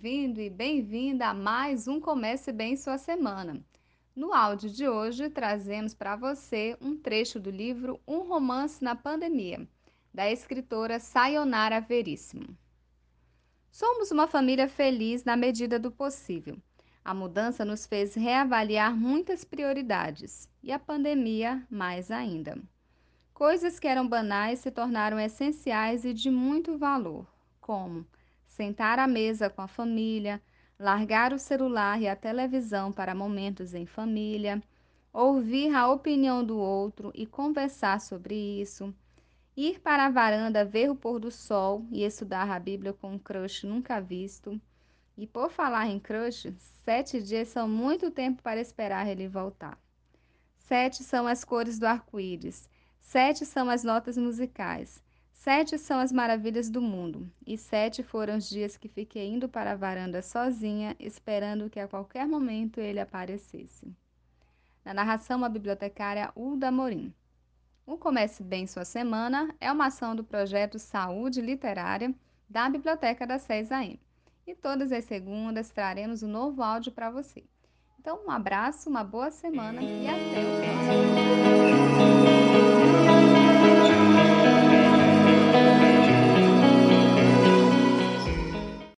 bem-vindo e bem-vinda a mais um Comece Bem Sua Semana. No áudio de hoje, trazemos para você um trecho do livro Um Romance na Pandemia, da escritora Sayonara Veríssimo. Somos uma família feliz na medida do possível. A mudança nos fez reavaliar muitas prioridades e a pandemia mais ainda. Coisas que eram banais se tornaram essenciais e de muito valor, como sentar à mesa com a família, largar o celular e a televisão para momentos em família, ouvir a opinião do outro e conversar sobre isso, ir para a varanda ver o pôr do sol e estudar a Bíblia com um crush nunca visto. E por falar em crush, 7 dias são muito tempo para esperar ele voltar. 7 são as cores do arco-íris. 7 são as notas musicais. 7 são as maravilhas do mundo. E 7 foram os dias que fiquei indo para a varanda sozinha, esperando que a qualquer momento ele aparecesse. Na narração, a bibliotecária Ulda Amorim. O Comece Bem Sua Semana é uma ação do projeto Saúde Literária da Biblioteca da 6am. E todas as segundas traremos um novo áudio para você. Então, um abraço, uma boa semana e até o próximo.